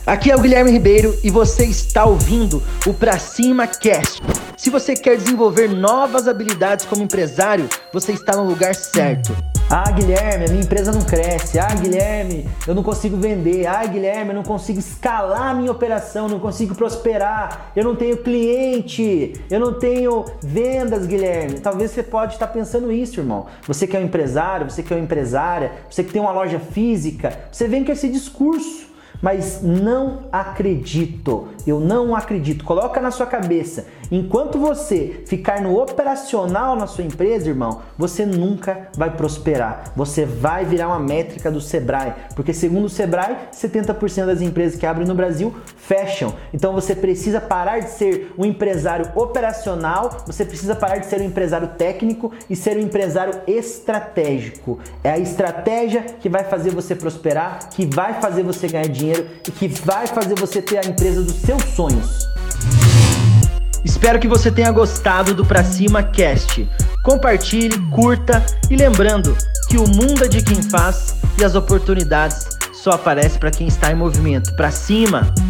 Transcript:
Aqui é o Guilherme Ribeiro e você está ouvindo o Pra Cima Cast. Se você quer desenvolver novas habilidades como empresário, você está no lugar certo. Ah, Guilherme, a minha empresa não cresce. Ah, Guilherme, eu não consigo vender. Ah, Guilherme, eu não consigo escalar a minha operação, não consigo prosperar. Eu não tenho cliente, eu não tenho vendas, Guilherme. Talvez você pode estar pensando isso, irmão. Você que é um empresário, você que é uma empresária, você que tem uma loja física, você vem com esse discurso. Mas não acredito, eu não acredito. Coloca na sua cabeça, enquanto você ficar no operacional na sua empresa, irmão, você nunca vai prosperar. Você vai virar uma métrica do Sebrae, porque segundo o Sebrae, 70% das empresas que abrem no Brasil fecham. Então você precisa parar de ser um empresário operacional, você precisa parar de ser um empresário técnico e ser um empresário estratégico. É a estratégia que vai fazer você prosperar, que vai fazer você ganhar dinheiro e que vai fazer você ter a empresa dos seus sonhos. Espero que você tenha gostado do Pra Cima Cast. Compartilhe, curta e lembrando que o mundo é de quem faz e as oportunidades só aparecem para quem está em movimento. Pra cima!